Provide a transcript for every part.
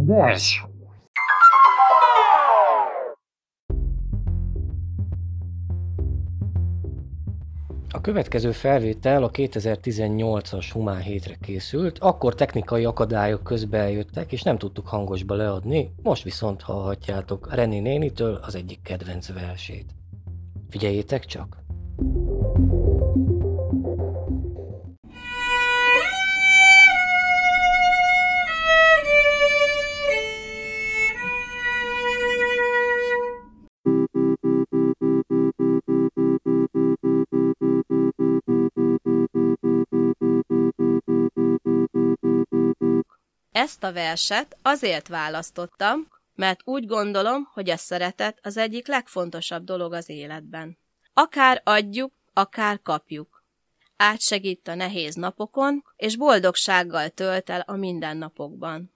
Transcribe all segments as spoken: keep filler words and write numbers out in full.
Vers. A következő felvétel a kétezer-tizennyolcas Humán Hétre készült, akkor technikai akadályok közbe eljöttek, és nem tudtuk hangosba leadni, most viszont hallhatjátok René nénitől az egyik kedvenc versét. Figyeljétek csak! Ezt a verset azért választottam, mert úgy gondolom, hogy a szeretet az egyik legfontosabb dolog az életben. Akár adjuk, akár kapjuk. Átsegít a nehéz napokon, és boldogsággal tölt el a mindennapokban.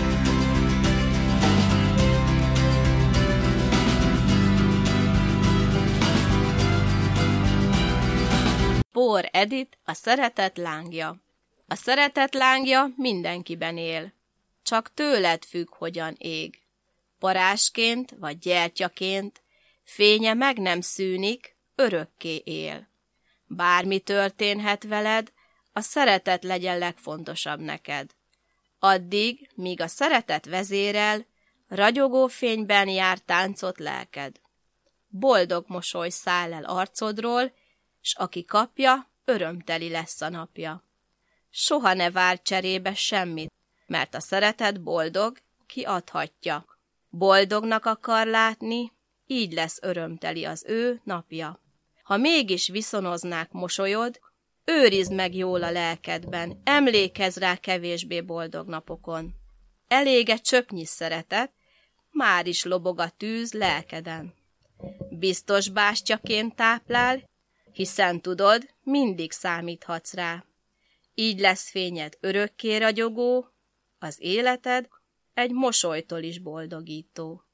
Pór Edit, a szeretet lángja. A szeretet lángja mindenkiben él, csak tőled függ, hogyan ég. Parázsként vagy gyertyaként, fénye meg nem szűnik, örökké él. Bármi történhet veled, a szeretet legyen legfontosabb neked. Addig, míg a szeretet vezérel, ragyogó fényben jár táncot lelked. Boldog mosoly száll el arcodról, s aki kapja, örömteli lesz a napja. Soha ne várj cserébe semmit, mert a szeretet boldog, ki adhatja. Boldognak akar látni, így lesz örömteli az ő napja. Ha mégis viszonoznák mosolyod, őrizd meg jól a lelkedben, emlékezz rá kevésbé boldog napokon. Elége csöpnyi szeretet, már is lobog a tűz lelkeden. Biztos bástyaként táplál, hiszen tudod, mindig számíthatsz rá. Így lesz fényed örökké ragyogó, az életed egy mosolytól is boldogító.